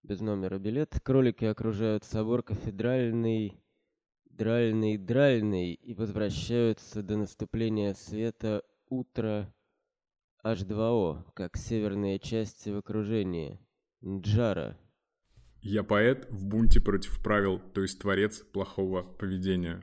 без номера билет. Кролики окружают собор кафедральный, дральный и возвращаются до наступления света утро H2O, как северные части в окружении. Нджара. Я поэт в бунте против правил, то есть творец плохого поведения.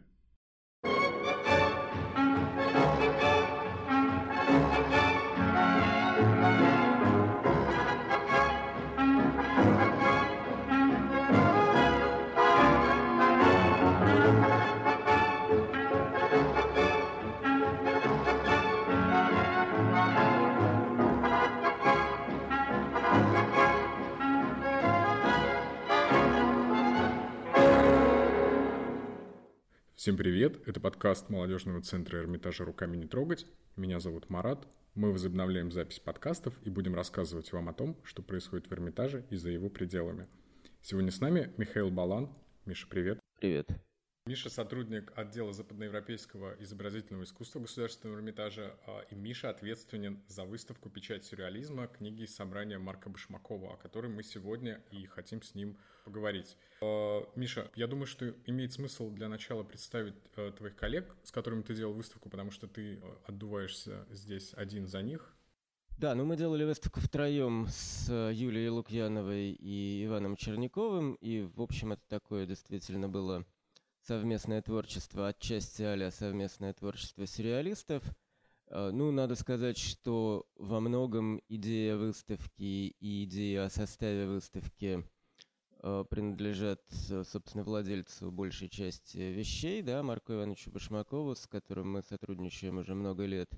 Всем привет, это подкаст молодежного центра Эрмитажа «Руками не трогать». Меня зовут Марат. Мы возобновляем запись подкастов и будем рассказывать вам о том, что происходит в Эрмитаже и за его пределами. Сегодня с нами Михаил Балан. Миша, привет. Привет. Миша — сотрудник отдела западноевропейского изобразительного искусства Государственного Эрмитажа, и Миша ответственен за выставку «Печать сюрреализма» книги из собрания Марка Башмакова, о которой мы сегодня и хотим с ним поговорить. Миша, я думаю, что имеет смысл для начала представить твоих коллег, с которыми ты делал выставку, потому что ты отдуваешься здесь один за них. Да, мы делали выставку втроем с Юлией Лукьяновой и Иваном Черняковым, и, в общем, это такое действительно было совместное творчество, отчасти а-ля совместное творчество сюрреалистов. Надо сказать, что во многом идея выставки и идея о составе выставки принадлежат, собственно, владельцу большей части вещей, да, Марку Ивановичу Башмакову, с которым мы сотрудничаем уже много лет.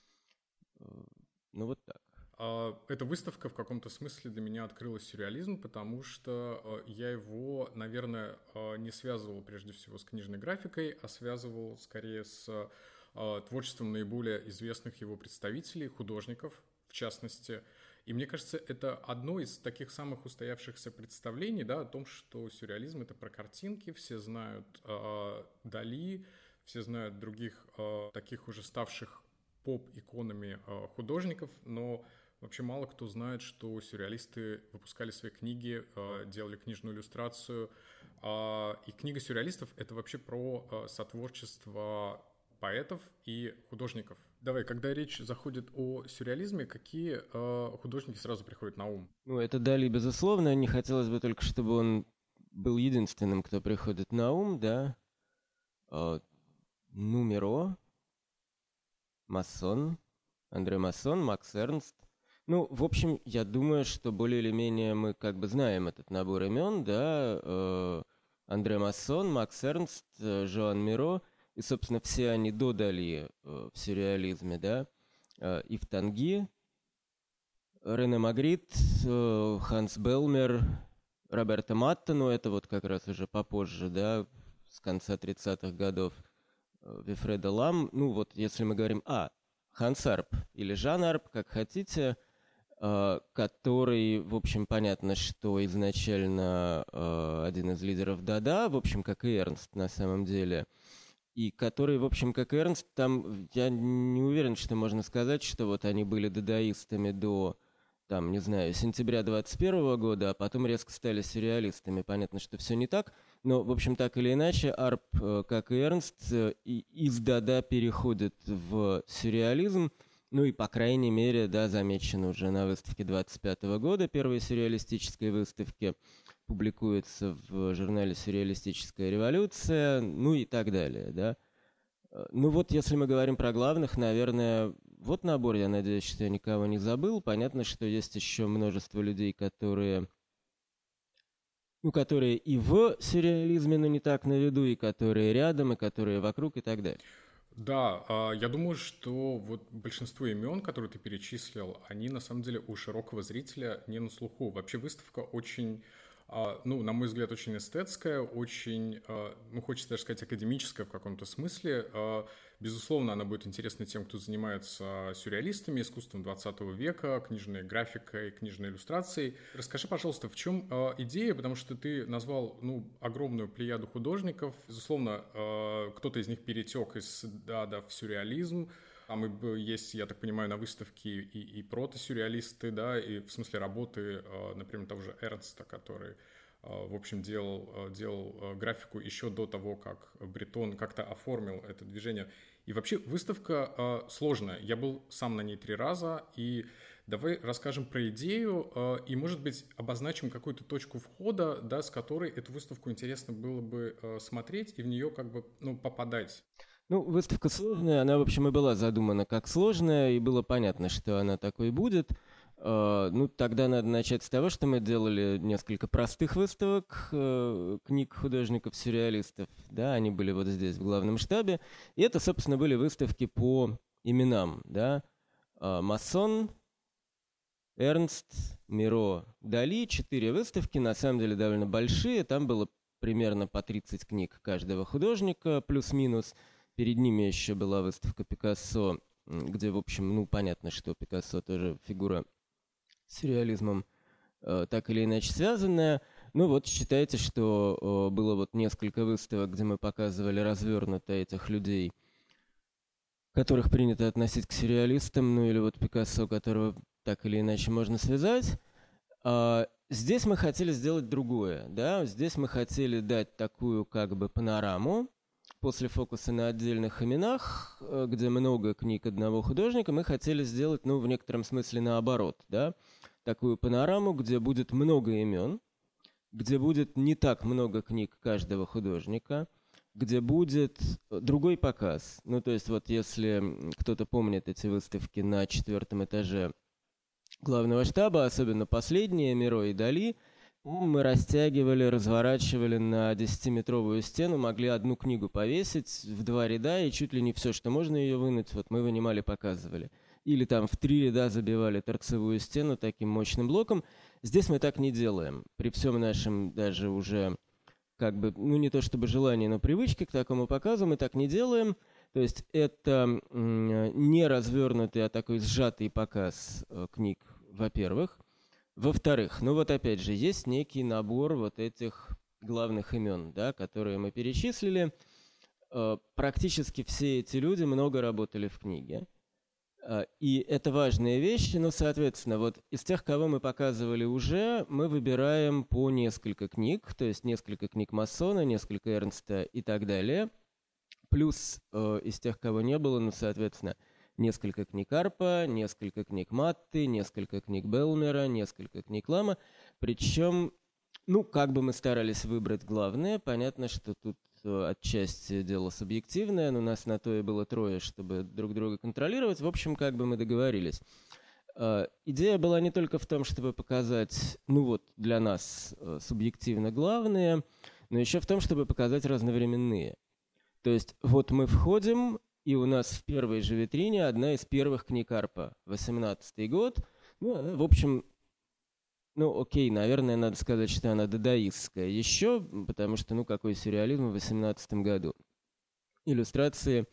Вот так. Эта выставка в каком-то смысле для меня открыла сюрреализм, потому что я его, наверное, не связывал прежде всего с книжной графикой, а связывал скорее с творчеством наиболее известных его представителей, художников в частности. И мне кажется, это одно из таких самых устоявшихся представлений, да, о том, что сюрреализм — это про картинки, все знают Дали, все знают других таких уже ставших поп-иконами художников, но вообще мало кто знает, что сюрреалисты выпускали свои книги, делали книжную иллюстрацию. И книга сюрреалистов — это вообще про сотворчество поэтов и художников. Давай, когда речь заходит о сюрреализме, какие художники сразу приходят на ум? Это Дали, безусловно. Не хотелось бы только, чтобы он был единственным, кто приходит на ум, да. Миро, Массон, Андре Массон, Макс Эрнст. В общем, я думаю, что более или менее мы как бы знаем этот набор имен, да. Андре Массон, Макс Эрнст, Жоан Миро. И, собственно, все они до Дали в сюрреализме, да. И в Танги, Рене Магрит, Ханс Белмер, Роберто Матто, это вот как раз уже попозже, да, с конца 30-х годов. Вильфредо Лам, если мы говорим Ханс Арп или Жан Арп, как хотите, который, в общем, понятно, что изначально один из лидеров Дада, в общем, как и Эрнст на самом деле, и который, в общем, как и Эрнст, там, я не уверен, что можно сказать, что вот они были дадаистами до, сентября 21 года, а потом резко стали сюрреалистами. Понятно, что все не так, но, в общем, так или иначе, Арп, как и Эрнст, из Дада переходит в сюрреализм, и, по крайней мере, да, замечен уже на выставке 25 года, первой сюрреалистической выставке, публикуется в журнале «Сюрреалистическая революция», и так далее, да. Если мы говорим про главных, наверное, вот набор, я надеюсь, что я никого не забыл. Понятно, что есть еще множество людей, которые и в сюрреализме, но не так на виду, и которые рядом, и которые вокруг, и так далее. Да, я думаю, что вот большинство имен, которые ты перечислил, они на самом деле у широкого зрителя не на слуху. Вообще выставка очень, на мой взгляд, очень эстетская, очень, хочется даже сказать, академическая в каком-то смысле. Безусловно, она будет интересна тем, кто занимается сюрреалистами, искусством 20 века, книжной графикой, книжной иллюстрацией. Расскажи, пожалуйста, в чем идея, потому что ты назвал огромную плеяду художников. Безусловно, кто-то из них перетек из Дада в сюрреализм, Там есть, я так понимаю, на выставке и протосюрреалисты, да, и в смысле работы, например, того же Эрнста, который, в общем, делал графику еще до того, как Бретон как-то оформил это движение. И вообще выставка сложная. Я был сам на ней 3 раза, и давай расскажем про идею и, может быть, обозначим какую-то точку входа, да, с которой эту выставку интересно было бы смотреть и в нее как бы, ну, попадать. Ну, выставка сложная, она, в общем, и была задумана как сложная, и было понятно, что она такой будет. Ну, тогда надо начать с того, что мы делали несколько простых выставок книг художников-сюрреалистов. Да, они были вот здесь, в главном штабе. И это, собственно, были выставки по именам, да. Массон, Эрнст, Миро, Дали. 4 выставки, на самом деле довольно большие. Там было примерно по 30 книг каждого художника, плюс-минус. Перед ними еще была выставка Пикассо, где, в общем, ну, понятно, что Пикассо тоже фигура с сюрреализмом так или иначе связанная. Ну вот, считайте, что было вот несколько выставок, где мы показывали развернуто этих людей, которых принято относить к сюрреалистам, ну или вот Пикассо, которого так или иначе можно связать. Здесь мы хотели сделать другое, да, здесь мы хотели дать такую как бы панораму. После фокуса на отдельных именах, где много книг одного художника, мы хотели сделать, ну, в некотором смысле наоборот, да, такую панораму, где будет много имен, где будет не так много книг каждого художника, где будет другой показ. Ну, то есть вот если кто-то помнит эти выставки на 4-м этаже главного штаба, особенно последние, Миро и Дали, мы растягивали, разворачивали на 10-метровую стену, могли одну книгу повесить в 2 ряда, и чуть ли не все, что можно ее вынуть, вот мы вынимали, показывали. Или там в 3 ряда забивали торцевую стену таким мощным блоком. Здесь мы так не делаем. При всем нашем даже уже, как бы, ну не то чтобы желании, но привычке к такому показу мы так не делаем. То есть это не развернутый, а такой сжатый показ книг, во-первых. Во-вторых, ну вот опять же, есть некий набор вот этих главных имен, да, которые мы перечислили. Практически все эти люди много работали в книге. И это важные вещи, но, соответственно, вот из тех, кого мы показывали уже, мы выбираем по несколько книг, то есть несколько книг Массона, несколько Эрнста и так далее. Плюс из тех, кого не было, ну, соответственно, несколько книг Арпа, несколько книг Матты, несколько книг Белмера, несколько книг Лама. Причем, ну, как бы мы старались выбрать главное, понятно, что тут отчасти дело субъективное, но нас на то и было 3, чтобы друг друга контролировать. В общем, как бы мы договорились. Идея была не только в том, чтобы показать, ну вот, для нас субъективно главные, но еще в том, чтобы показать разновременные. То есть вот мы входим, и у нас в первой же витрине одна из первых книг Арпа, 18-й год. Ну, она, в общем, ну, окей, наверное, надо сказать, что она дадаистская еще, потому что, ну, какой сюрреализм в 18-м году. Иллюстрации,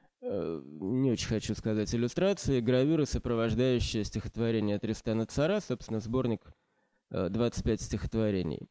не очень хочу сказать иллюстрации, гравюры, сопровождающие стихотворение Тристана Цара, собственно, сборник 25 стихотворений.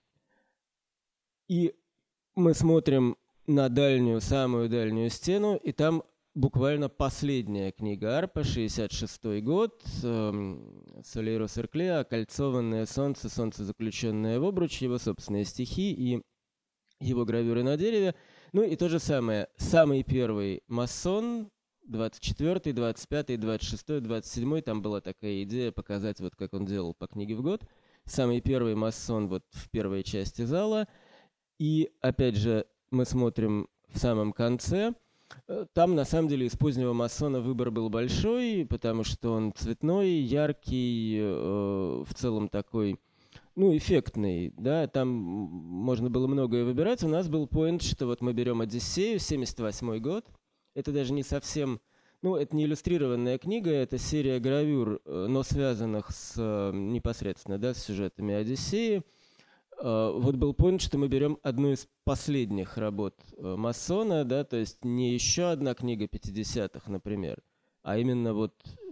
И мы смотрим на дальнюю, самую дальнюю стену, и там буквально последняя книга Арпа, 66-й год, Солейро Серкле, «Окольцованное солнце, солнце, заключенное в обруч», его собственные стихи и его гравюры на дереве. Ну и то же самое, самый первый Массон, 24-й, 25-й, 26-й, 27-й, там была такая идея показать, вот как он делал по книге в год. Самый первый Массон вот в первой части зала. И опять же, мы смотрим в самом конце. Там, на самом деле, из позднего Массона выбор был большой, потому что он цветной, яркий, в целом такой, ну, эффектный, да, там можно было многое выбирать. У нас был поинт, что вот мы берем «Одиссею», 78-й год. Это даже не совсем, ну, это не иллюстрированная книга, это серия гравюр, но связанных с непосредственно, да, с сюжетами «Одиссеи». Вот был поинт, что мы берем одну из последних работ Массона, да, то есть не еще одна книга 50-х, например, а именно вот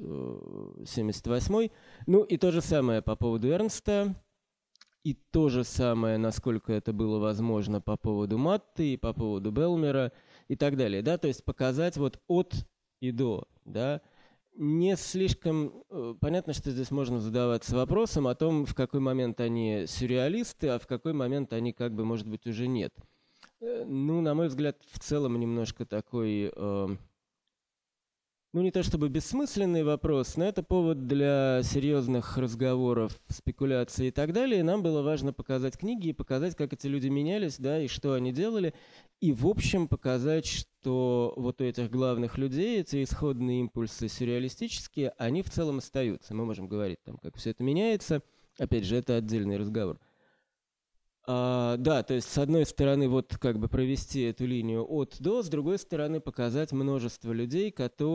78-й. Ну и то же самое по поводу Эрнста, и то же самое, насколько это было возможно, по поводу Матты и по поводу Белмера и так далее, да, то есть показать вот от и до, да, не слишком понятно, что здесь можно задаваться вопросом о том, в какой момент они сюрреалисты, а в какой момент они, как бы, может быть, уже нет. Ну, на мой взгляд, в целом немножко такой, ну, не то чтобы бессмысленный вопрос, но это повод для серьезных разговоров, спекуляций и так далее. И нам было важно показать книги и показать, как эти люди менялись, да, и что они делали. И, в общем, показать, что вот у этих главных людей эти исходные импульсы сюрреалистические, они в целом остаются. Мы можем говорить, там, как все это меняется. Опять же, это отдельный разговор. Да, то есть, с одной стороны, вот как бы провести эту линию от до, с другой стороны, показать множество людей,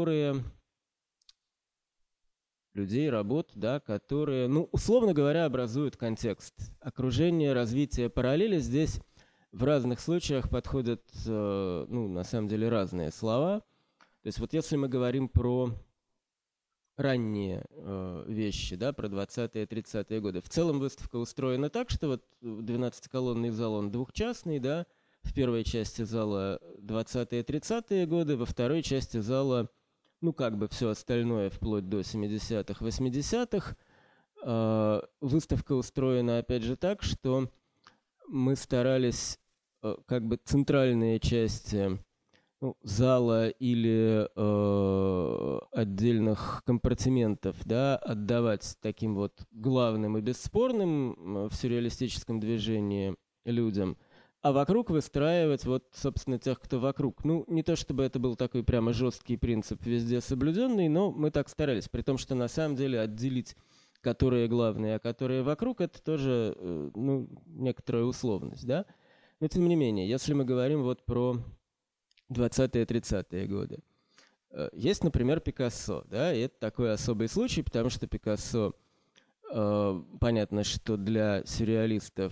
работ, да, которые, ну, условно говоря, образуют контекст. Окружение, развитие, параллели здесь в разных случаях подходят, ну, на самом деле, разные слова. То есть, вот если мы говорим про ранние вещи, да, про 20-е, 30-е годы. В целом выставка устроена так, что вот 12-колонный зал, он двухчастный, да, в первой части зала 20-е, 30-е годы, во второй части зала, ну, как бы все остальное, вплоть до 70-х, 80-х. Выставка устроена, опять же, так, что мы старались, как бы, центральные части зала или отдельных компартиментов, да, отдавать таким вот главным и бесспорным в сюрреалистическом движении людям, а вокруг выстраивать вот, собственно, тех, кто вокруг. Ну, не то чтобы это был такой прямо жесткий принцип везде соблюденный, но мы так старались, при том, что на самом деле отделить, которые главные, а которые вокруг, это тоже, ну, некоторая условность, да. Но тем не менее, если мы говорим вот про 20-е, 30-е годы. Есть, например, Пикассо, да, и это такой особый случай, потому что Пикассо, понятно, что для сюрреалистов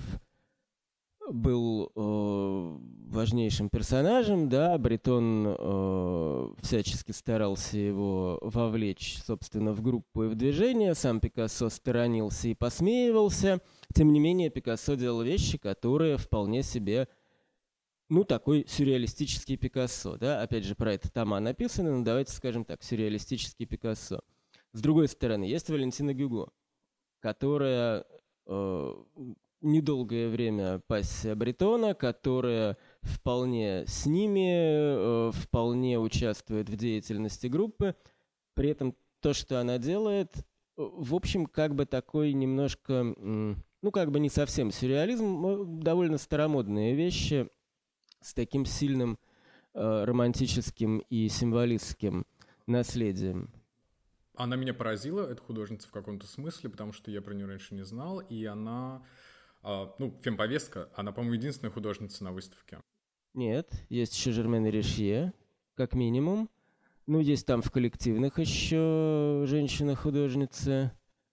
был важнейшим персонажем, да, Бретон всячески старался его вовлечь, собственно, в группу и в движение, сам Пикассо сторонился и посмеивался, тем не менее Пикассо делал вещи, которые вполне себе, ну, такой сюрреалистический Пикассо, да, опять же, про это тома написано, но давайте скажем так, сюрреалистический Пикассо. С другой стороны, есть Валентина Гюго, которая недолгое время пассия Бретона, которая вполне с ними, вполне участвует в деятельности группы, при этом то, что она делает, в общем, как бы такой немножко, ну, как бы не совсем сюрреализм, довольно старомодные вещи, с таким сильным романтическим и символистским наследием. Она меня поразила, эта художница, в каком-то смысле, потому что я про нее раньше не знал, и она, ну, фемповестка, она, по-моему, единственная художница на выставке. Нет, есть еще Жермен Ришье, как минимум. Ну, есть там в коллективных еще женщины-художницы.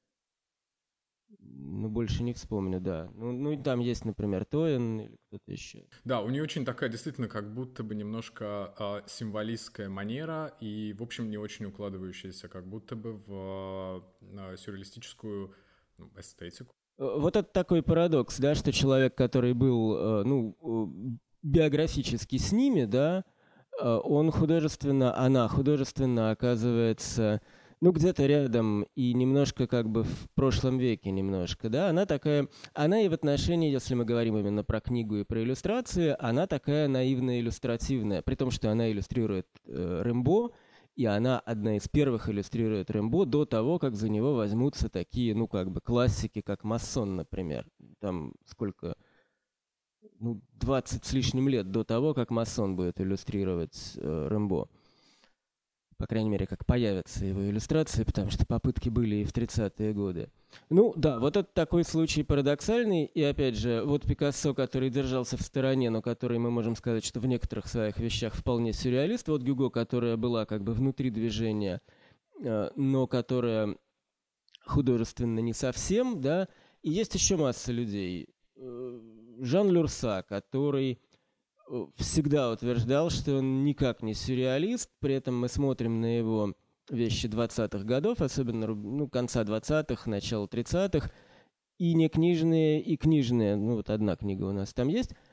Ну, больше не вспомню, да. Ну, и там есть, например, Тоен или кто-то еще. Да, у нее очень такая, действительно, как будто бы немножко символистская манера и, в общем, не очень укладывающаяся, как будто бы в сюрреалистическую эстетику. Вот это такой парадокс, да, что человек, который был, ну, биографически с ними, да, она художественно оказывается, ну, где-то рядом и немножко как бы в прошлом веке немножко, да, она и в отношении, если мы говорим именно про книгу и про иллюстрации, она такая наивно-иллюстративная, при том, что она иллюстрирует Рэмбо, и она одна из первых иллюстрирует Рэмбо до того, как за него возьмутся такие, ну, как бы классики, как Массон, например. Там сколько, ну, 20 с лишним лет до того, как Массон будет иллюстрировать Рэмбо. По крайней мере, как появятся его иллюстрации, потому что попытки были и в 30-е годы. Ну, да, вот это такой случай парадоксальный. И опять же, вот Пикассо, который держался в стороне, но который, мы можем сказать, что в некоторых своих вещах вполне сюрреалист. Вот Гюго, которая была как бы внутри движения, но которая художественно не совсем, да. И есть еще масса людей. Жан Люрса, который всегда утверждал, что он никак не сюрреалист, при этом мы смотрим на его вещи 20-х годов, особенно, ну, конца 20-х, начала 30-х, и не книжные, и книжные, ну, вот одна книга у нас там есть,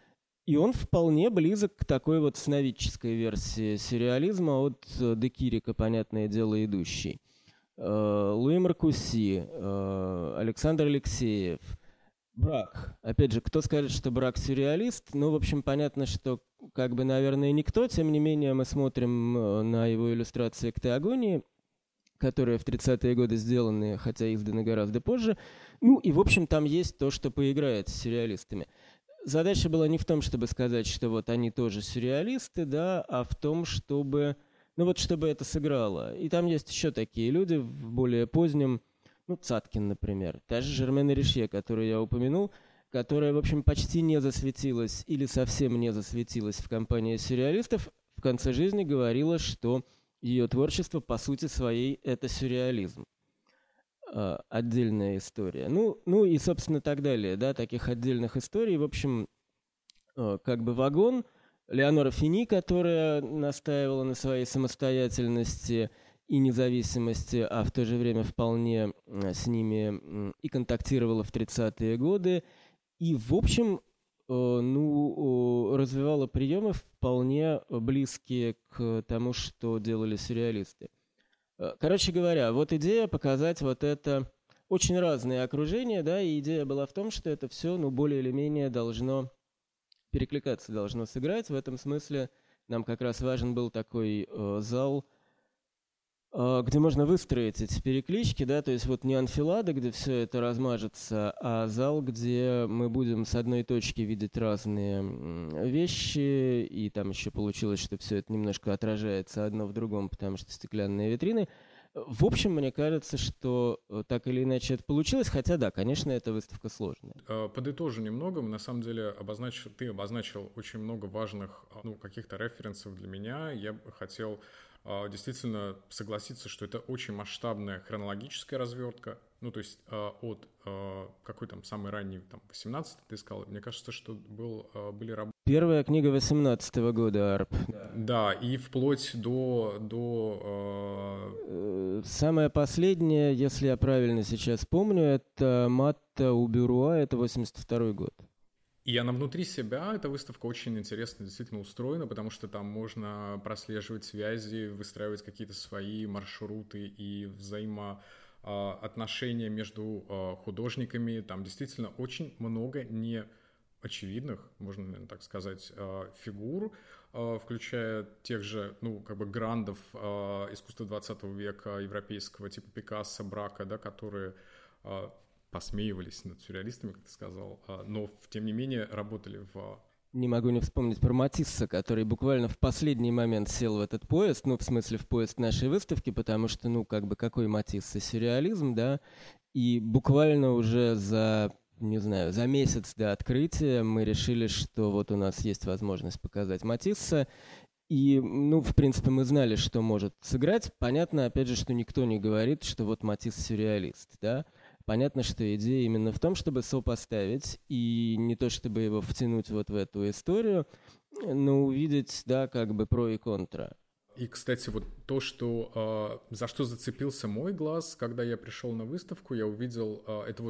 И он вполне близок к такой вот сновидческой версии сюрреализма от де Кирика, понятное дело, идущий. Луи Маркуси, Александр Алексеев, Брак. Опять же, кто скажет, что Брак сюрреалист? Ну, в общем, понятно, что, как бы, наверное, никто. Тем не менее, мы смотрим на его иллюстрации к «Теогонии», которые в 30-е годы сделаны, хотя изданы гораздо позже. Ну, и, в общем, там есть то, что поиграет с сюрреалистами. Задача была не в том, чтобы сказать, что вот они тоже сюрреалисты, да, а в том, чтобы, ну вот, чтобы это сыграло. И там есть еще такие люди в более позднем, ну, Цаткин, например, та же Жермен Ришье, которую я упомянул, которая, в общем, почти не засветилась или совсем не засветилась в компании сюрреалистов, в конце жизни говорила, что ее творчество по сути своей – это сюрреализм. Отдельная история. Ну и, собственно, так далее, да, таких отдельных историй. В общем, как бы вагон. Леонора Фини, которая настаивала на своей самостоятельности и независимости, а в то же время вполне с ними и контактировала в 30-е годы. И, в общем, развивала приемы вполне близкие к тому, что делали сюрреалисты. Короче говоря, вот идея показать вот это очень разные окружения, да, и идея была в том, что это все, ну, более или менее должно перекликаться, должно сыграть. В этом смысле нам как раз важен был такой зал, где можно выстроить эти переклички, да, то есть вот не анфилада, где все это размажется, а зал, где мы будем с одной точки видеть разные вещи, и там еще получилось, что все это немножко отражается одно в другом, потому что стеклянные витрины. В общем, мне кажется, что так или иначе это получилось, хотя да, конечно, эта выставка сложная. Подытожу немного, на самом деле ты обозначил очень много важных, каких-то референсов для меня. Я бы хотел действительно согласиться, что это очень масштабная хронологическая развертка, ну, то есть от какой там самый ранний, там, 18-й ты сказал, мне кажется, что были работы. Первая книга 18-го года, Арп. Да, и вплоть до Самая последняя, если я правильно сейчас помню, это «Матта у Бюруа», это 82-й год. И она внутри себя, эта выставка очень интересно действительно устроена, потому что там можно прослеживать связи, выстраивать какие-то свои маршруты и взаимоотношения между художниками. Там действительно очень много неочевидных, можно, наверное, так сказать, фигур, включая тех же, грандов искусства 20 века, европейского, типа Пикассо, Брака, да, которые посмеивались над сюрреалистами, как ты сказал, но, тем не менее, работали в... Не могу не вспомнить про Матисса, который буквально в последний момент сел в этот поезд, в смысле в поезд нашей выставки, потому что, какой Матисс и сюрреализм, да, и буквально уже за месяц до открытия мы решили, что вот у нас есть возможность показать Матисса, и, в принципе, мы знали, что может сыграть. Понятно, опять же, что никто не говорит, что вот Матисс сюрреалист, да. Понятно, что идея именно в том, чтобы сопоставить, и не то чтобы его втянуть вот в эту историю, но увидеть, да, как бы про и контра. И, кстати, вот то, что за что зацепился мой глаз, когда я пришел на выставку, я увидел,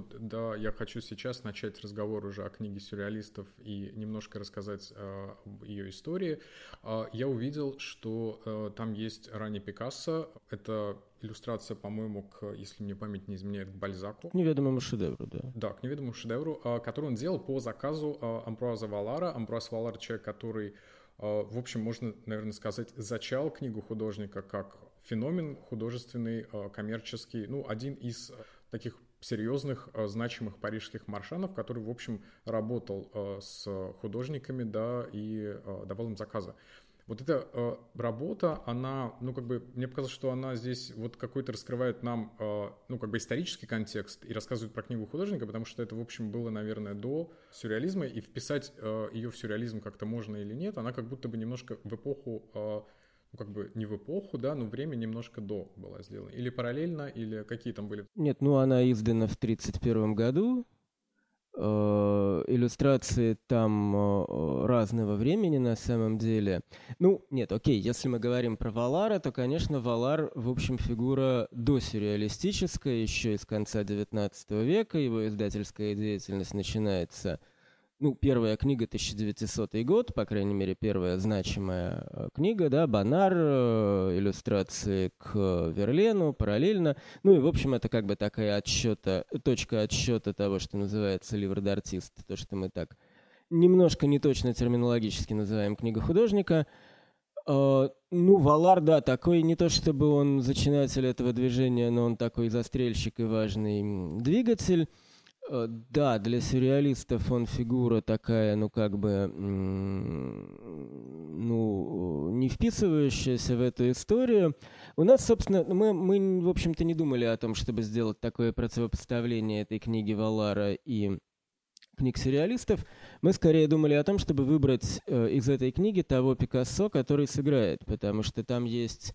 я хочу сейчас начать разговор уже о книге сюрреалистов и немножко рассказать об ее истории. Я увидел, что там есть ранний Пикассо, это иллюстрация, по-моему, если мне память не изменяет, к Бальзаку. К неведомому шедевру, да. Да, к неведомому шедевру, который он делал по заказу Амбруаза Валара. Амбруаз Валар — человек, который... В общем, можно, наверное, сказать, зачал книгу художника как феномен художественный, коммерческий, один из таких серьезных, значимых парижских маршанов, который, в общем, работал с художниками, да, и давал им заказы. Вот эта работа, она, мне показалось, что она здесь вот какой-то раскрывает нам, исторический контекст и рассказывает про книгу художника, потому что это, в общем, было, наверное, до сюрреализма, и вписать ее в сюрреализм как-то можно или нет, она как будто бы немножко в эпоху, не в эпоху, да, но время немножко до была сделана. Или параллельно, или какие там были? Нет, она издана в 1931 году. Иллюстрации там разного времени на самом деле. Если мы говорим про Валара, то, конечно, Валар, в общем, фигура досюрреалистическая, еще из конца XIX века. Его издательская деятельность начинается Ну, первая книга 1900 год, по крайней мере, первая значимая книга, да, Бонар, иллюстрации к Верлену, параллельно. Ну и, в общем, это как бы такая точка отсчета того, что называется «Livre d'artiste», то, что мы так немножко неточно терминологически называем «Книга художника». Ну, Валар, да, такой, не то чтобы он зачинатель этого движения, но он такой застрельщик и важный двигатель. Да, для сюрреалистов он фигура такая, ну, как бы, ну, не вписывающаяся в эту историю. У нас, собственно, мы, в общем-то, не думали о том, чтобы сделать такое противопоставление этой книги Валара и книг сюрреалистов. Мы скорее думали о том, чтобы выбрать из этой книги того Пикассо, который сыграет, потому что там есть...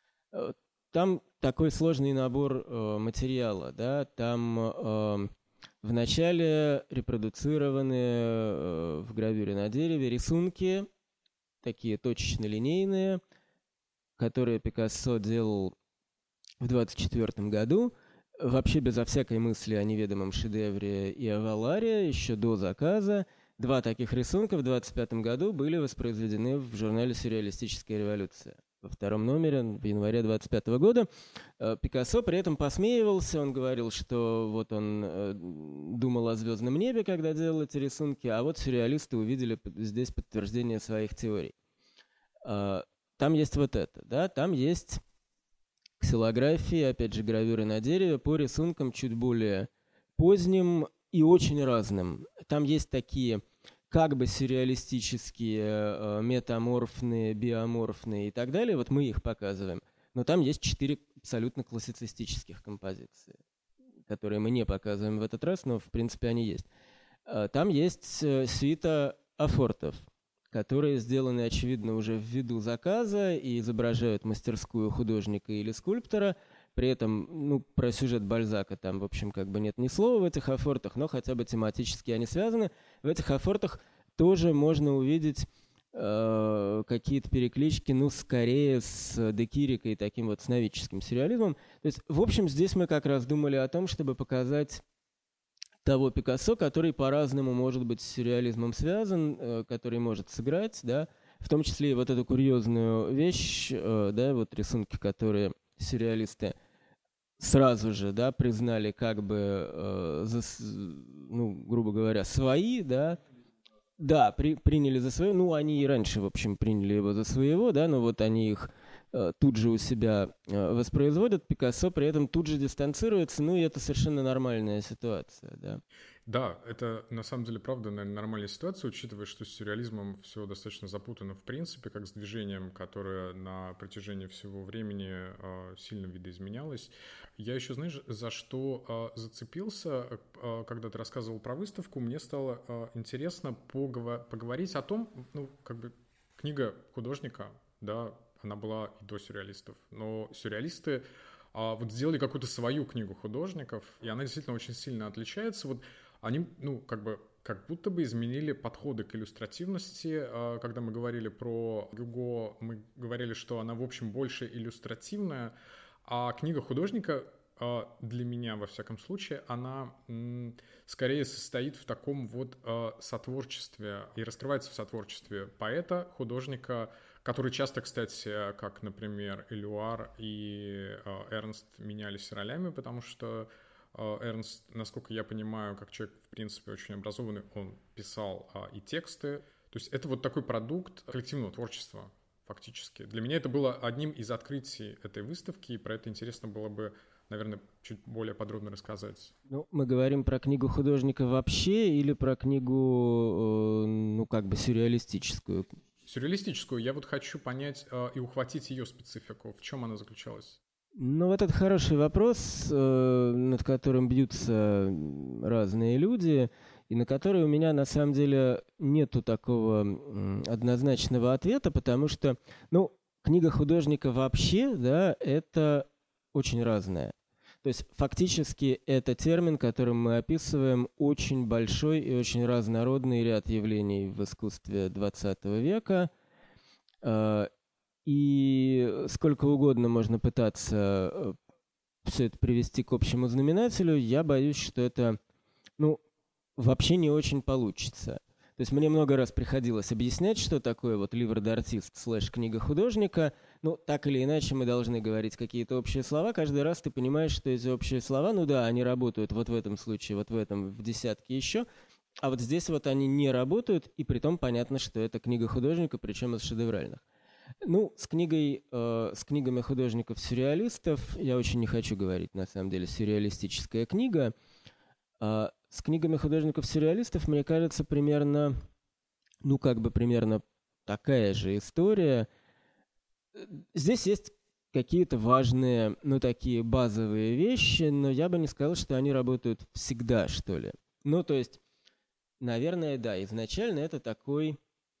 Там такой сложный набор материала, да, там... Вначале репродуцированы в гравюре на дереве рисунки, такие точечно-линейные, которые Пикассо делал в 1924 году, вообще безо всякой мысли о неведомом шедевре и о Валаре, еще до заказа. 2 таких рисунка в 1925 году были воспроизведены в журнале «Сюрреалистическая революция». Во 2-м номере в январе 1925 года. Пикассо при этом посмеивался, он говорил, что вот он думал о звездном небе, когда делал эти рисунки, а вот сюрреалисты увидели здесь подтверждение своих теорий. Там есть вот это, да, там есть ксилографии, опять же, гравюры на дереве по рисункам чуть более поздним и очень разным. Там есть такие... как бы сюрреалистические, метаморфные, биоморфные и так далее, вот мы их показываем. Но там есть 4 абсолютно классицистических композиции, которые мы не показываем в этот раз, но в принципе они есть. Там есть свита афортов, которые сделаны, очевидно, уже ввиду заказа и изображают мастерскую художника или скульптора. При этом, ну, про сюжет Бальзака там, в общем, как бы нет ни слова в этих афортах, но хотя бы тематически они связаны. В этих афортах тоже можно увидеть какие-то переклички, ну, скорее с Де-Кирикой, таким вот сновидческим сюрреализмом. То есть, в общем, здесь мы как раз думали о том, чтобы показать того Пикассо, который по-разному может быть с сюрреализмом связан, который может сыграть, да, в том числе и вот эту курьезную вещь, да, вот рисунки, которые сюрреалисты сразу же, да, признали как бы, ну, грубо говоря, свои, да, приняли за свои, ну, они и раньше, в общем, приняли его за своего, да, но вот они их тут же у себя воспроизводят, Пикассо при этом тут же дистанцируется, ну, и это совершенно нормальная ситуация, да. Да, это на самом деле, правда, наверное, нормальная ситуация, учитывая, что с сюрреализмом все достаточно запутано в принципе, как с движением, которое на протяжении всего времени сильно видоизменялось. Я еще, знаешь, за что зацепился, когда ты рассказывал про выставку, мне стало интересно поговорить о том, ну, как бы книга художника, да, она была и до сюрреалистов, но сюрреалисты вот сделали какую-то свою книгу художников, и она действительно очень сильно отличается. Вот они, ну, как будто бы изменили подходы к иллюстративности. Когда мы говорили про Гюго, мы говорили, что она, в общем, больше иллюстративная, а книга художника для меня, во всяком случае, она скорее состоит в таком вот сотворчестве и раскрывается в сотворчестве поэта, художника, который часто, кстати, как, например, Элюар и Эрнст менялись ролями, потому что Эрнст, насколько я понимаю, как человек, в принципе, очень образованный, он писал и тексты. То есть это вот такой продукт коллективного творчества, фактически. Для меня это было одним из открытий этой выставки, и про это интересно было бы, наверное, чуть более подробно рассказать. Ну, мы говорим про книгу художника вообще или про книгу, ну, как бы сюрреалистическую? Сюрреалистическую. Я вот хочу понять и ухватить ее специфику. В чем она заключалась? Ну, вот это хороший вопрос, над которым бьются разные люди, и на который у меня на самом деле нету такого однозначного ответа, потому что, ну, книга художника вообще, да, это очень разное. То есть фактически это термин, которым мы описываем очень большой и очень разнородный ряд явлений в искусстве XX века. И сколько угодно можно пытаться все это привести к общему знаменателю, я боюсь, что это, ну, вообще не очень получится. То есть мне много раз приходилось объяснять, что такое вот livre d'artiste / книга художника. Ну, так или иначе, мы должны говорить какие-то общие слова. Каждый раз ты понимаешь, что эти общие слова, ну да, они работают вот в этом случае, вот в этом, в десятке еще. А вот здесь вот они не работают, и притом понятно, что это книга художника, причем из шедевральных. Ну, с книгами художников-сюрреалистов я очень не хочу говорить, на самом деле, сюрреалистическая книга. С книгами художников-сюрреалистов, мне кажется, примерно такая же история. Здесь есть какие-то важные, такие базовые вещи, но я бы не сказал, что они работают всегда, что ли. Ну, то есть, наверное, да, изначально это такой,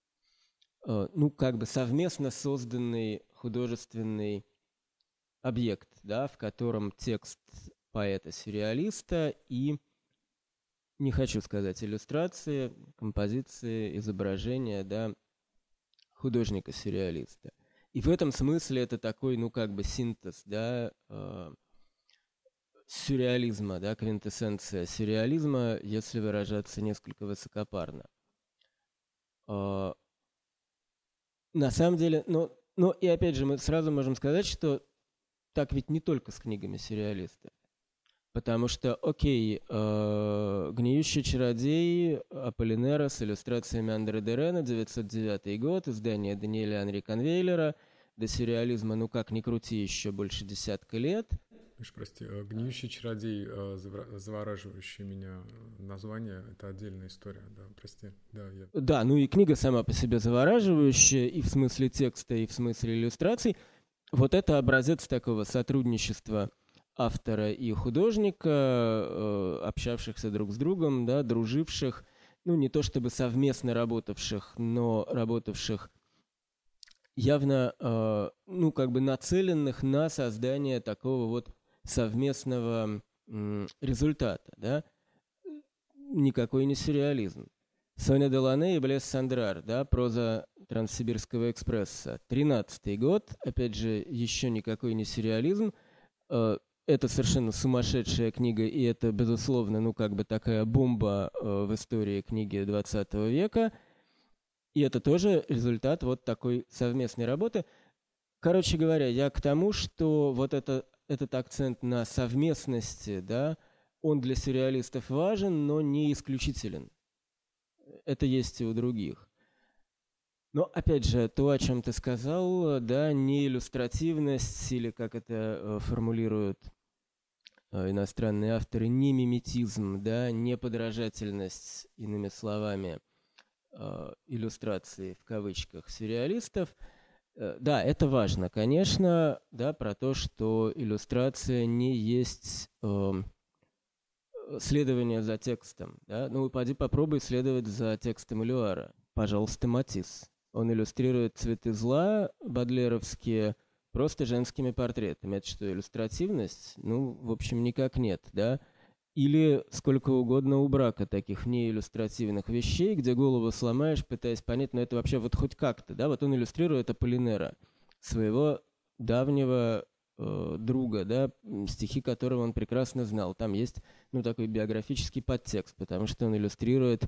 совместно созданный художественный объект, да, в котором текст поэта-сюрреалиста и, не хочу сказать иллюстрации, композиции, изображения, да, художника-сюрреалиста. И в этом смысле это такой, синтез, да, сюрреализма, да, квинтэссенция сюрреализма, если выражаться несколько высокопарно. На самом деле, и опять же, мы сразу можем сказать, что так ведь не только с книгами сюрреалистов. Потому что, «Гниющий чародей» Аполлинера с иллюстрациями Андре Дерена, 909 год, издание Даниэля Анри Конвейлера, до сюрреализма, как ни крути, еще больше десятка лет. Прости, «Гниющий чародей», завораживающее меня название, это отдельная история, да, прости. Да, и книга сама по себе завораживающая, и в смысле текста, и в смысле иллюстраций. Вот это образец такого сотрудничества автора и художника, общавшихся друг с другом, да, друживших, не то чтобы совместно работавших, но работавших явно, нацеленных на создание такого вот совместного результата, да. Никакой не сюрреализм. Соня Делане и Блес Сандрар, да, проза Транссибирского экспресса. 13-й год, опять же, еще никакой не сюрреализм. Это совершенно сумасшедшая книга, и это, безусловно, такая бомба в истории книги 20 века. И это тоже результат вот такой совместной работы. Короче говоря, я к тому, что вот этот акцент на совместности, да, он для сюрреалистов важен, но не исключителен. Это есть и у других. Но, опять же, то, о чем ты сказал, да, не иллюстративность, или как это формулируют иностранные авторы, не миметизм, да, не подражательность, иными словами, иллюстрации в кавычках сюрреалистов. Да, это важно, конечно, да, про то, что иллюстрация не есть следование за текстом, да. Поди попробуй следовать за текстом Элюара. Пожалуйста, Матисс. Он иллюстрирует «Цветы зла» бодлеровские просто женскими портретами. Это что, иллюстративность? В общем, никак нет, да. Или сколько угодно у Брака таких неиллюстративных вещей, где голову сломаешь, пытаясь понять, это вообще вот хоть как-то, да. Вот он иллюстрирует Аполлинера, своего давнего друга, да, стихи которого он прекрасно знал. Там есть, такой биографический подтекст, потому что он иллюстрирует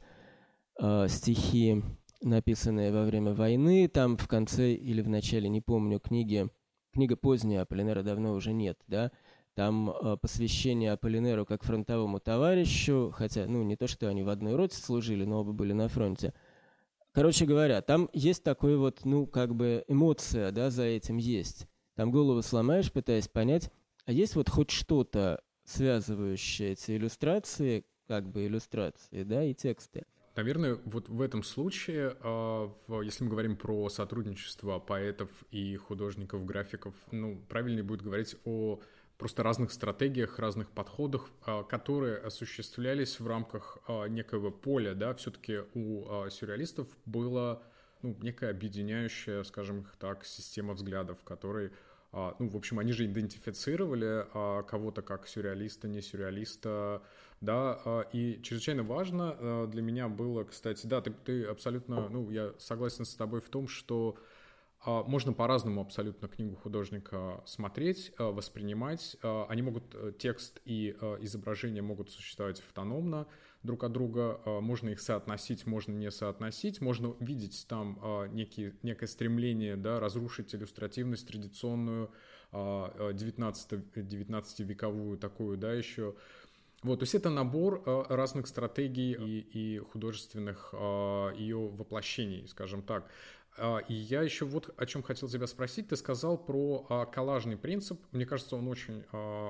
стихи, написанные во время войны. Там в конце или в начале, не помню, книга поздняя, Аполлинера давно уже нет, да. Там посвящение Аполлинеру как фронтовому товарищу, хотя, не то, что они в одной роте служили, но оба были на фронте. Короче говоря, там есть такой вот, эмоция, да, за этим есть. Там голову сломаешь, пытаясь понять, а есть вот хоть что-то, связывающее эти иллюстрации, иллюстрации, да, и тексты. Наверное, вот в этом случае, если мы говорим про сотрудничество поэтов и художников, графиков, правильнее будет говорить о просто разных стратегиях, разных подходах, которые осуществлялись в рамках некоего поля, да, все-таки у сюрреалистов была некая объединяющая, скажем так, система взглядов, в которой, в общем, они же идентифицировали кого-то как сюрреалиста, не сюрреалиста, да, и чрезвычайно важно для меня было, кстати, да, ты абсолютно, я согласен с тобой в том, что можно по-разному абсолютно книгу художника смотреть, воспринимать. Они могут, текст и изображение могут существовать автономно, друг от друга, можно их соотносить, можно не соотносить, можно видеть там некое стремление, да, разрушить иллюстративность традиционную, 19-вековую такую, да, еще. Вот, то есть это набор разных стратегий и художественных ее воплощений, скажем так. И я еще вот о чем хотел тебя спросить. Ты сказал про коллажный принцип. Мне кажется, он очень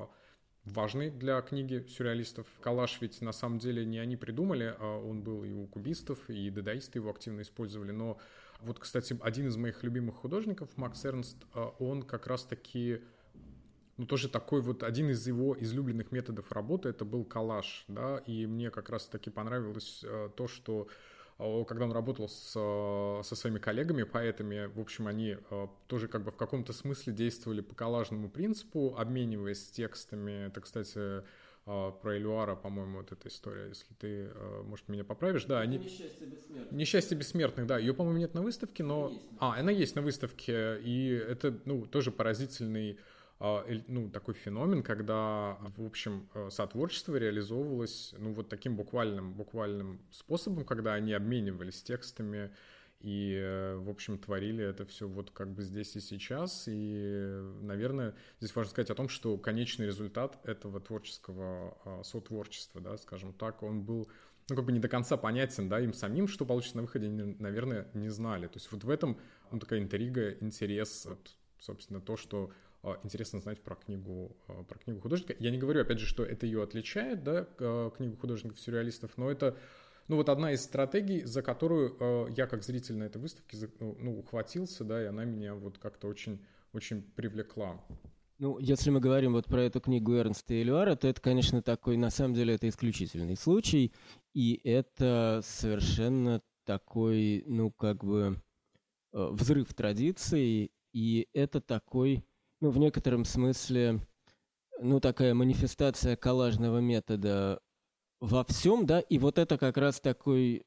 важный для книги сюрреалистов. Коллаж ведь на самом деле не они придумали, он был и у кубистов, и дадаисты его активно использовали. Но вот, кстати, один из моих любимых художников, Макс Эрнст, он как раз-таки, ну, тоже такой вот один из его излюбленных методов работы, это был коллаж, да, и мне как раз-таки понравилось то, что когда он работал со своими коллегами, поэтами, в общем, они тоже как бы в каком-то смысле действовали по коллажному принципу, обмениваясь текстами. Это, кстати, про Элюара, по-моему, вот эта история, если ты, может, меня поправишь. Да, они... «Несчастье бессмертных». «Несчастье бессмертных», да. Ее, по-моему, нет на выставке, но... Она есть на выставке, и это, ну, тоже поразительный, ну, такой феномен, когда, в общем, сотворчество реализовывалось, ну, вот таким буквальным способом, когда они обменивались текстами и, в общем, творили это все вот как бы здесь и сейчас. И, наверное, здесь важно сказать о том, что конечный результат этого творческого сотворчества, да, скажем так, он был, ну, как бы не до конца понятен, да, им самим, что получится на выходе, они, наверное, не знали. То есть вот в этом, ну, такая интрига, интерес, вот, собственно, то, что интересно знать про книгу художника. Я не говорю, опять же, что это ее отличает, да, книгу художников-сюрреалистов, но это, ну, вот одна из стратегий, за которую я как зритель на этой выставке, ну, ухватился, да, и она меня вот как-то очень, очень привлекла. Ну, если мы говорим вот про эту книгу Эрнста и Элюара, то это, конечно, такой, на самом деле, это исключительный случай, и это совершенно такой, ну, как бы, взрыв традиций, и это такой, ну, в некотором смысле, ну, такая манифестация коллажного метода во всем, да, и вот это как раз такой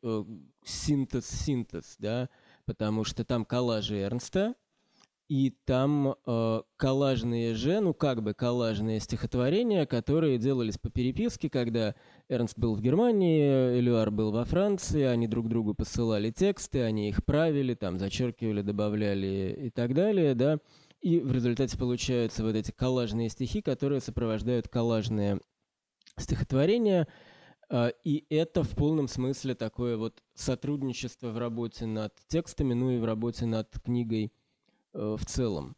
синтез, да, потому что там коллажи Эрнста, и там коллажные же, ну, как бы коллажные стихотворения, которые делались по переписке, когда Эрнст был в Германии, Элюар был во Франции, они друг другу посылали тексты, они их правили, там, зачеркивали, добавляли и так далее, да. И в результате получаются вот эти коллажные стихи, которые сопровождают коллажные стихотворения. И это в полном смысле такое вот сотрудничество в работе над текстами, ну и в работе над книгой в целом.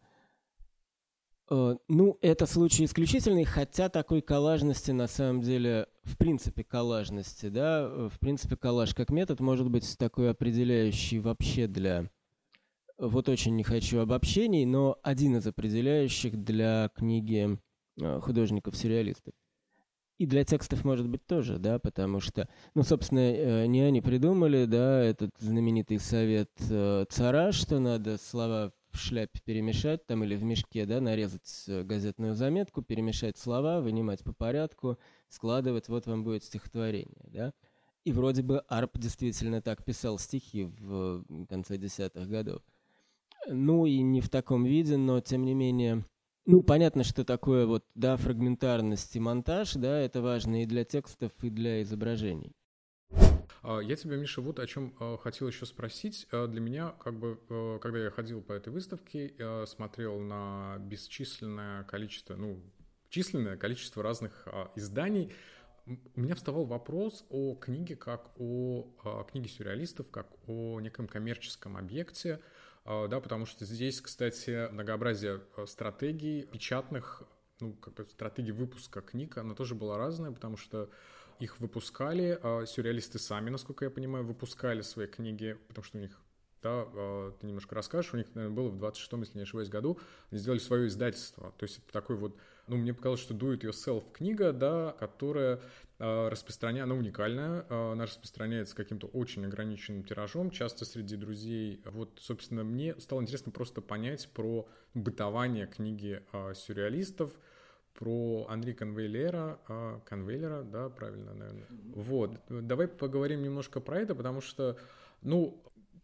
Ну, это случай исключительный, хотя такой коллажности на самом деле, в принципе, коллажности, да, в принципе, коллаж как метод может быть такой определяющий вообще для... Вот очень не хочу обобщений, но один из определяющих для книги художников-сюрреалистов. И для текстов, может быть, тоже, да, потому что, ну, собственно, не они придумали, да, этот знаменитый совет цара, что надо слова в шляпе перемешать, там, или в мешке, да, нарезать газетную заметку, перемешать слова, вынимать по порядку, складывать, вот вам будет стихотворение, да. И вроде бы Арп действительно так писал стихи в конце 10-х годов. Ну, и не в таком виде, но, тем не менее... Ну, понятно, что такое вот, да, фрагментарность и монтаж, да, это важно и для текстов, и для изображений. Я тебя, Миша, вот о чем хотел еще спросить. Для меня, как бы, когда я ходил по этой выставке, смотрел на бесчисленное количество, ну, численное количество разных изданий, у меня вставал вопрос о книге как о книге сюрреалистов, как о неком коммерческом объекте, да, потому что здесь, кстати, многообразие стратегий печатных, ну, как бы стратегии выпуска книг, она тоже была разная, потому что их выпускали, сюрреалисты сами, насколько я понимаю, выпускали свои книги, потому что у них, да, ты немножко расскажешь, у них, наверное, было в 26-м, если не ошибаюсь, году, они сделали свое издательство, то есть это такой вот, ну, мне показалось, что do it yourself книга, да, которая распространяется, она уникальная, она распространяется каким-то очень ограниченным тиражом, часто среди друзей. Вот, собственно, мне стало интересно просто понять про бытование книги сюрреалистов, про Анри Конвейлера, да, правильно, наверное. Вот, давай поговорим немножко про это, потому что, ну,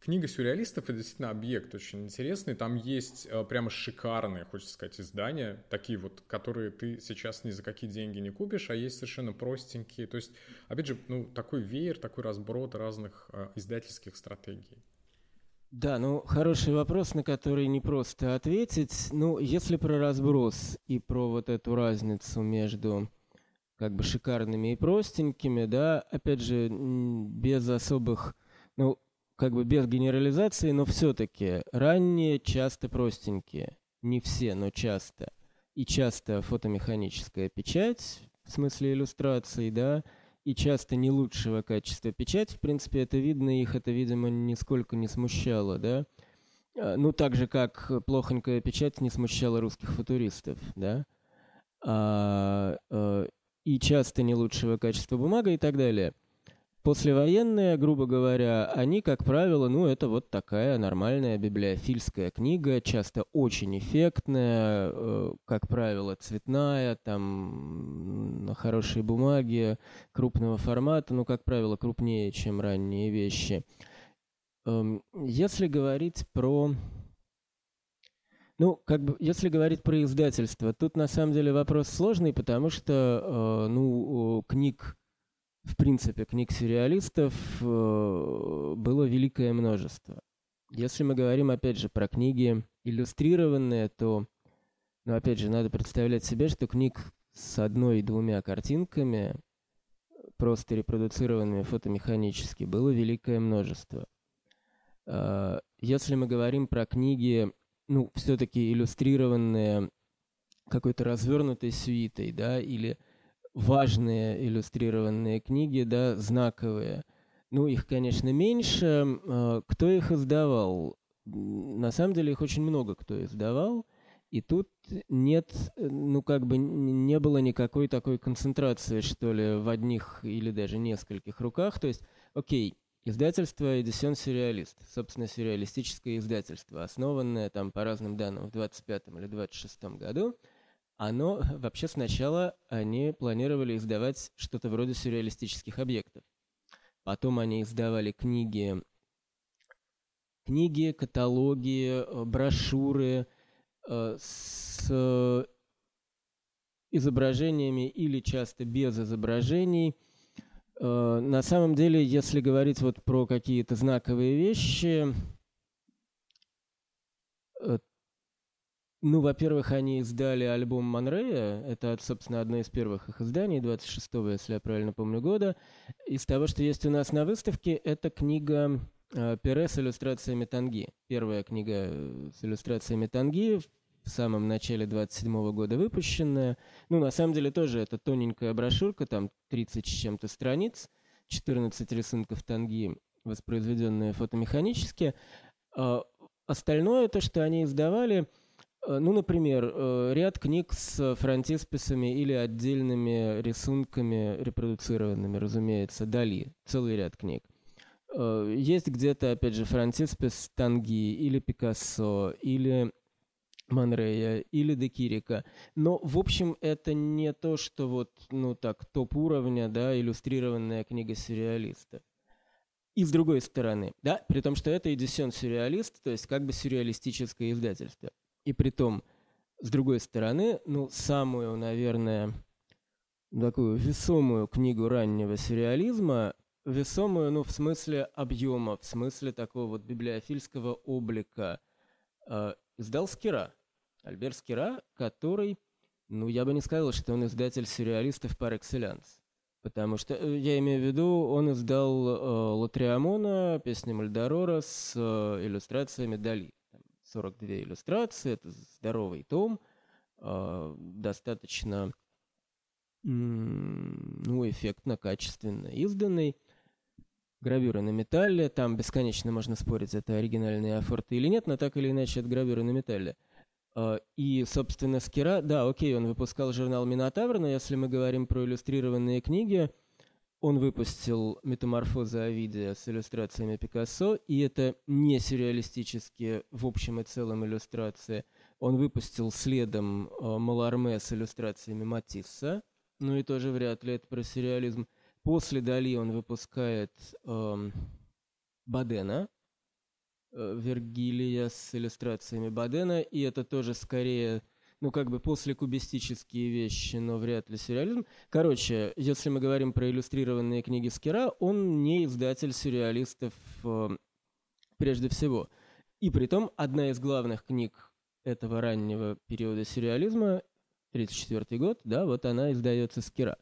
книга сюрреалистов — это действительно объект очень интересный. Там есть прямо шикарные, хочется сказать, издания, такие вот, которые ты сейчас ни за какие деньги не купишь, а есть совершенно простенькие. То есть, опять же, такой веер, такой разброд разных издательских стратегий. Да, хороший вопрос, на который не просто ответить. Если про разброс и про вот эту разницу между как бы шикарными и простенькими, да, опять же, без особых, как бы без генерализации, но все-таки ранние часто простенькие. Не все, но часто. И часто фотомеханическая печать, в смысле иллюстраций, да, и часто не лучшего качества печать. В принципе, это видно, их это, видимо, нисколько не смущало, да. Так же, как плохонькая печать не смущала русских футуристов, да. И часто не лучшего качества бумага и так далее. Послевоенные, грубо говоря, они, как правило, это вот такая нормальная библиофильская книга, часто очень эффектная, как правило, цветная, там, на хорошей бумаге, крупного формата, как правило, крупнее, чем ранние вещи. Если говорить про... если говорить про издательство, тут на самом деле вопрос сложный, потому что, книг, в принципе, книг сюрреалистов было великое множество. Если мы говорим, опять же, про книги иллюстрированные, то, опять же, надо представлять себе, что книг с одной и двумя картинками, просто репродуцированными фотомеханически, было великое множество. Если мы говорим про книги, все-таки иллюстрированные какой-то развернутой свитой, да, или важные иллюстрированные книги, да, знаковые. Их, конечно, меньше. Кто их издавал? На самом деле их очень много кто издавал, и тут нет, не было никакой такой концентрации, что ли, в одних или даже нескольких руках. То есть, окей, издательство «Эдисион Сюрреалист», собственно, сюрреалистическое издательство, основанное там по разным данным в 25-м или 26-м году. Оно вообще сначала они планировали издавать что-то вроде сюрреалистических объектов. Потом они издавали книги, каталоги, брошюры с изображениями или часто без изображений. На самом деле, если говорить вот про какие-то знаковые вещи, во-первых, они издали альбом Ман-Рэя. Это, собственно, одно из первых их изданий, 26-го, если я правильно помню, года. Из того, что есть у нас на выставке, это книга Пере с иллюстрациями Танги. Первая книга с иллюстрациями Танги, в самом начале 27-го года выпущенная. На самом деле тоже это тоненькая брошюрка, там 30 с чем-то страниц, 14 рисунков Танги, воспроизведенные фотомеханически. Остальное, то, что они издавали... например, ряд книг с фронтисписами или отдельными рисунками, репродуцированными, разумеется, Дали. Целый ряд книг. Есть где-то, опять же, фронтиспис Танги или Пикассо, или Ман-Рэя, или Де Кирика. Но, в общем, это не то, что вот, топ-уровня, да, иллюстрированная книга сюрреалиста. И с другой стороны, да, при том, что это Эдисион Сюрреалист, то есть как бы сюрреалистическое издательство. И при том, с другой стороны, самую, наверное, такую весомую книгу раннего сюрреализма, весомую, в смысле объема, в смысле такого вот библиофильского облика, издал Скира. Альбер Скира, который, я бы не сказал, что он издатель сюрреалистов par excellence. Потому что, я имею в виду, он издал Латриамона, песни Мальдорора с иллюстрациями Дали. 42 иллюстрации, это здоровый том, достаточно эффектно, качественно изданный. Гравюры на металле, там бесконечно можно спорить, это оригинальные афорты или нет, но так или иначе это гравюры на металле. И, собственно, Скира, да, окей, он выпускал журнал «Минотавр», но если мы говорим про иллюстрированные книги, он выпустил «Метаморфозы Овидия» с иллюстрациями Пикассо, и это не сюрреалистические в общем и целом иллюстрации. Он выпустил следом «Маларме» с иллюстрациями Матисса, и тоже вряд ли это про сюрреализм. После Дали он выпускает Бадена, Вергилия с иллюстрациями Бодена, и это тоже скорее, ну, как бы послекубистические вещи, но вряд ли сюрреализм. Короче, если мы говорим про иллюстрированные книги Скира, он не издатель сюрреалистов прежде всего. И притом одна из главных книг этого раннего периода сюрреализма, 1934 год, да, вот она издается Скира.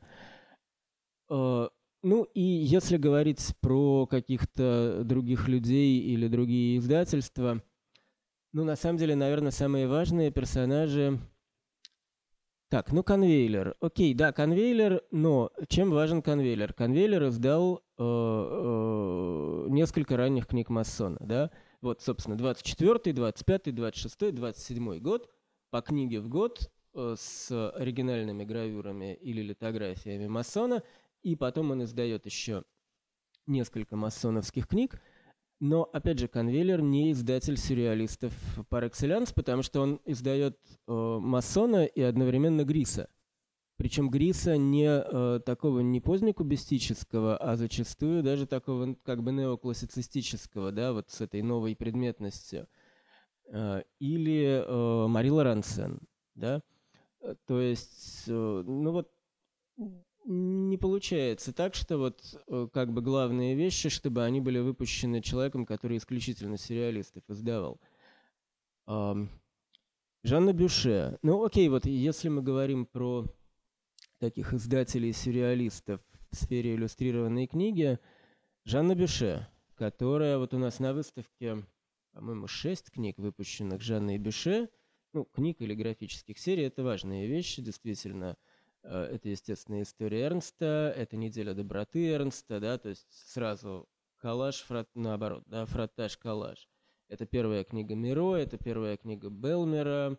Ну и если говорить про каких-то других людей или другие издательства, ну на самом деле, наверное, самые важные персонажи... Так, ну Конвейлер. Окей, да, Конвейлер, но чем важен Конвейлер? Конвейлер издал несколько ранних книг Массона, да? Вот, собственно, 24-й, 25-й, 26-й, 27-й год, по книге в год с оригинальными гравюрами или литографиями Массона, и потом он издает еще несколько массоновских книг. Но, опять же, Конвейлер не издатель сюрреалистов par excellence, потому что он издает Массона и одновременно Гриса. Причем Гриса не такого не позднекубистического, а зачастую даже такого как бы неоклассицистического, да, вот с этой новой предметностью. Или Мари Лорансен, да. То есть, ну вот, не получается так, что вот как бы главные вещи, чтобы они были выпущены человеком, который исключительно сюрреалистов издавал. Жанна Бюше. Ну окей, вот если мы говорим про таких издателей-сюрреалистов в сфере иллюстрированной книги, Жанна Бюше, которая вот у нас на выставке, по-моему, 6 книг, выпущенных Жанной Бюше, ну, книг или графических серий, это важные вещи, действительно. Это, естественно, история Эрнста, это неделя доброты Эрнста, да, то есть сразу коллаж, наоборот, да, фраттаж-коллаж. Это первая книга Миро, это первая книга Белмера,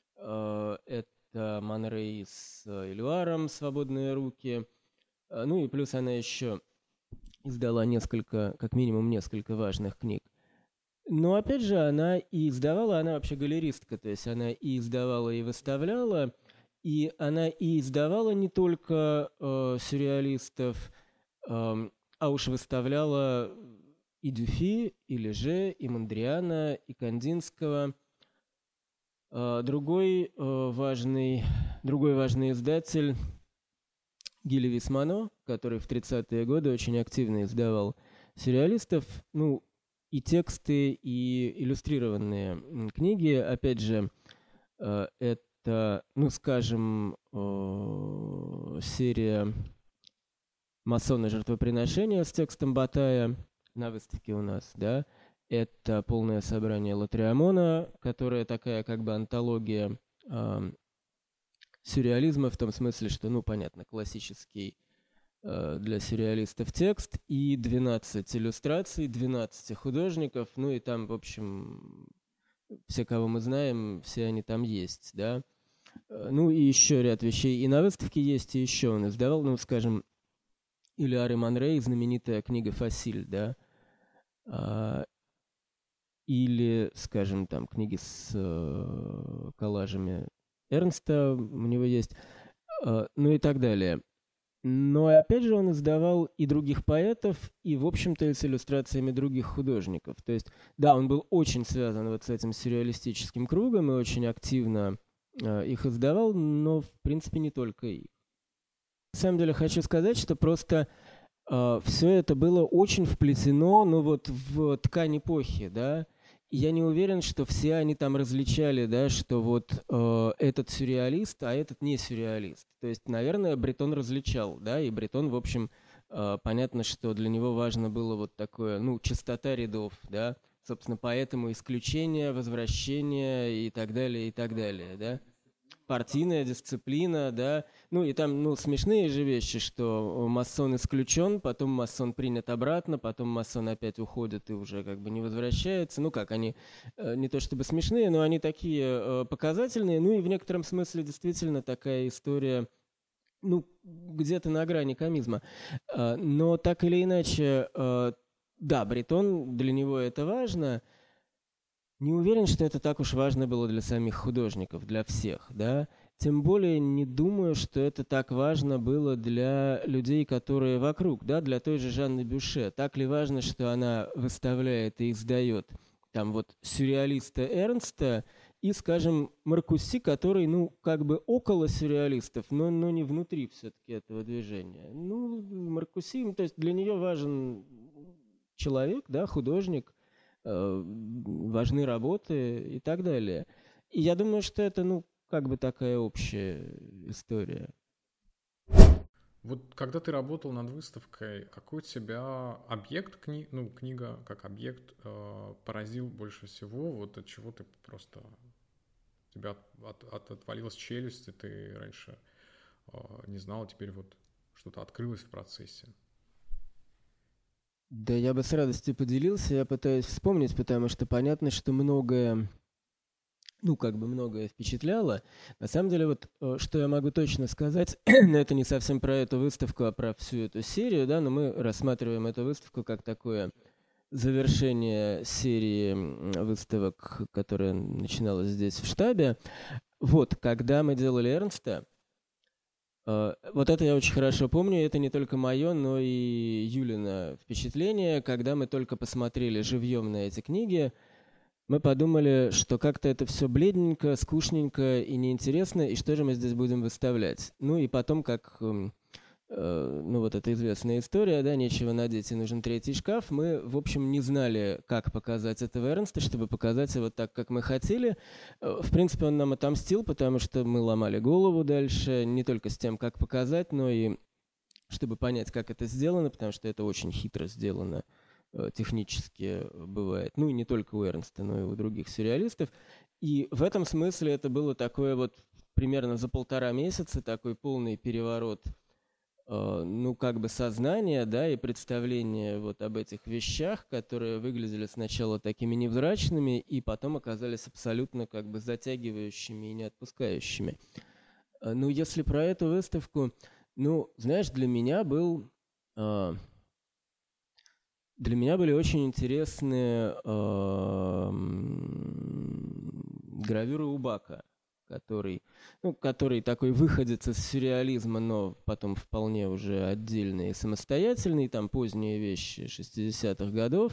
это Ман Рей с Элюаром «Свободные руки». Ну и плюс она еще издала несколько, как минимум несколько важных книг. Но опять же, она и издавала, она вообще галеристка, то есть она и издавала, и выставляла. И она и издавала не только сюрреалистов, а уж выставляла и Дюфи, и Леже, и Мондриана, и Кандинского. Другой важный издатель Гилли Висмано, который в 30-е годы очень активно издавал сюрреалистов, ну, и тексты, и иллюстрированные книги. Опять же, это, ну, скажем, серия «Масоны жертвоприношения» с текстом Батая на выставке у нас, да. Это полное собрание Латриамона, которая такая как бы антология сюрреализма в том смысле, что, ну, понятно, классический для сюрреалистов текст и 12 иллюстраций, 12 художников, ну и там, в общем, все, кого мы знаем, все они там есть, да. Ну и еще ряд вещей и на выставке есть, и еще он издавал, ну, скажем, Элюар и Ман Рей, знаменитая книга «Фасиль», да, или, скажем, там книги с коллажами Эрнста у него есть, ну и так далее. Но опять же он издавал и других поэтов, и, в общем-то, и с иллюстрациями других художников. То есть, да, он был очень связан вот с этим сюрреалистическим кругом и очень активно их издавал, но, в принципе, не только их. На самом деле хочу сказать, что просто все это было очень вплетено, ну вот в ткань эпохи, да. И я не уверен, что все они там различали, да, что вот этот сюрреалист, а этот не сюрреалист. То есть, наверное, Бретон различал, да, и Бретон, в общем, понятно, что для него важно было вот такое, ну, чистота рядов, да, собственно, поэтому исключение, возвращение и так далее, да. Партийная дисциплина, да, ну и там, ну, смешные же вещи, что масон исключен, потом масон принят обратно, потом масон опять уходит и уже как бы не возвращается, ну как, они не то чтобы смешные, но они такие показательные, ну и в некотором смысле действительно такая история, ну, где-то на грани комизма, но так или иначе, да, Бретон, для него это важно. Не уверен, что это так уж важно было для самих художников, для всех, да. Тем более не думаю, что это так важно было для людей, которые вокруг, да, для той же Жанны Бюше. Так ли важно, что она выставляет и издает там вот сюрреалиста Эрнста и, скажем, Маркуси, который, ну, как бы около сюрреалистов, но не внутри все-таки этого движения. Ну, Маркуси, то есть для нее важен человек, да, художник, важны работы и так далее. И я думаю, что это, ну, как бы такая общая история. Вот когда ты работал над выставкой, какой тебя объект, книга как объект поразил больше всего? Вот от чего ты просто... У тебя отвалилась челюсть, и ты раньше не знал, а теперь вот что-то открылось в процессе? Да, я бы с радостью поделился. Я пытаюсь вспомнить, потому что понятно, что многое впечатляло. На самом деле, вот что я могу точно сказать, но это не совсем про эту выставку, а про всю эту серию, да, но мы рассматриваем эту выставку как такое завершение серии выставок, которая начиналась здесь в штабе. Вот, когда мы делали Эрнста, вот это я очень хорошо помню, это не только мое, но и Юлина впечатление, когда мы только посмотрели живьем на эти книги, мы подумали, что как-то это все бледненько, скучненько и неинтересно, и что же мы здесь будем выставлять. Ну и потом, как, вот эта известная история, да, нечего надеть и нужен третий шкаф, мы, в общем, не знали, как показать этого Эрнста, чтобы показать его так, как мы хотели. В принципе, он нам отомстил, потому что мы ломали голову дальше, не только с тем, как показать, но и чтобы понять, как это сделано, потому что это очень хитро сделано. Технически бывает. Ну и не только у Эрнста, но и у других сюрреалистов. И в этом смысле это было такое вот примерно за 1,5 месяца такой полный переворот, как бы сознания, да, и представления вот об этих вещах, которые выглядели сначала такими невзрачными и потом оказались абсолютно как бы затягивающими и не отпускающими. Ну, если про эту выставку, знаешь, для меня были очень интересные гравюры Убака, который такой выходец из сюрреализма, но потом вполне уже отдельный и самостоятельный, там поздние вещи 60-х годов.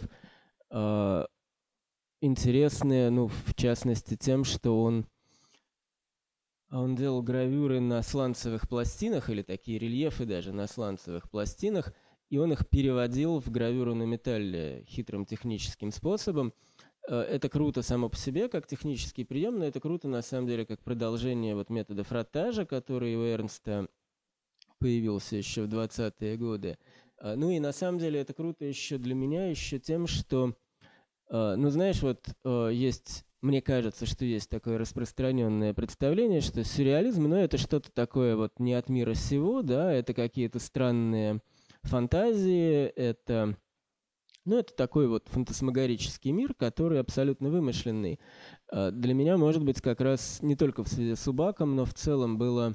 Интересные, в частности, тем, что он делал гравюры на сланцевых пластинах, или такие рельефы даже на сланцевых пластинах, и он их переводил в гравюру на металле хитрым техническим способом. Это круто само по себе, как технический прием, но это круто, на самом деле, как продолжение вот метода фротажа, который у Эрнста появился еще в 20-е годы. Ну и на самом деле это круто еще для меня, еще тем, что, знаешь, вот есть... Мне кажется, что есть такое распространенное представление, что сюрреализм, это что-то такое вот не от мира сего, да, это какие-то странные фантазии, это такой вот фантасмагорический мир, который абсолютно вымышленный. Для меня, может быть, как раз не только в связи с Убаком, но в целом было,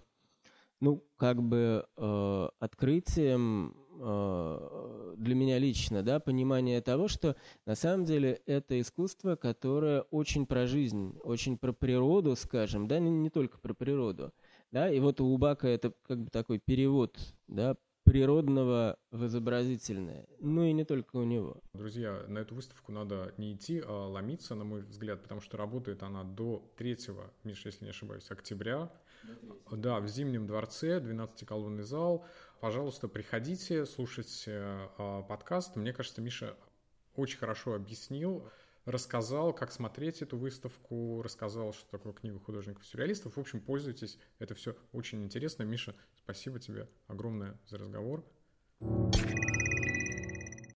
открытием для меня лично, да, понимание того, что на самом деле это искусство, которое очень про жизнь, очень про природу, скажем, да, не только про природу, да, и вот у Убака это как бы такой перевод, да, природного в изобразительное, и не только у него. Друзья, на эту выставку надо не идти, а ломиться, на мой взгляд, потому что работает она до 3, Миша, если не ошибаюсь, октября. Да, в Зимнем дворце, 12-колонный зал. Пожалуйста, приходите, слушайте подкаст. Мне кажется, Миша очень хорошо объяснил, рассказал, как смотреть эту выставку, рассказал, что такое книга художников-сюрреалистов. В общем, пользуйтесь, это все очень интересно. Миша, спасибо тебе огромное за разговор.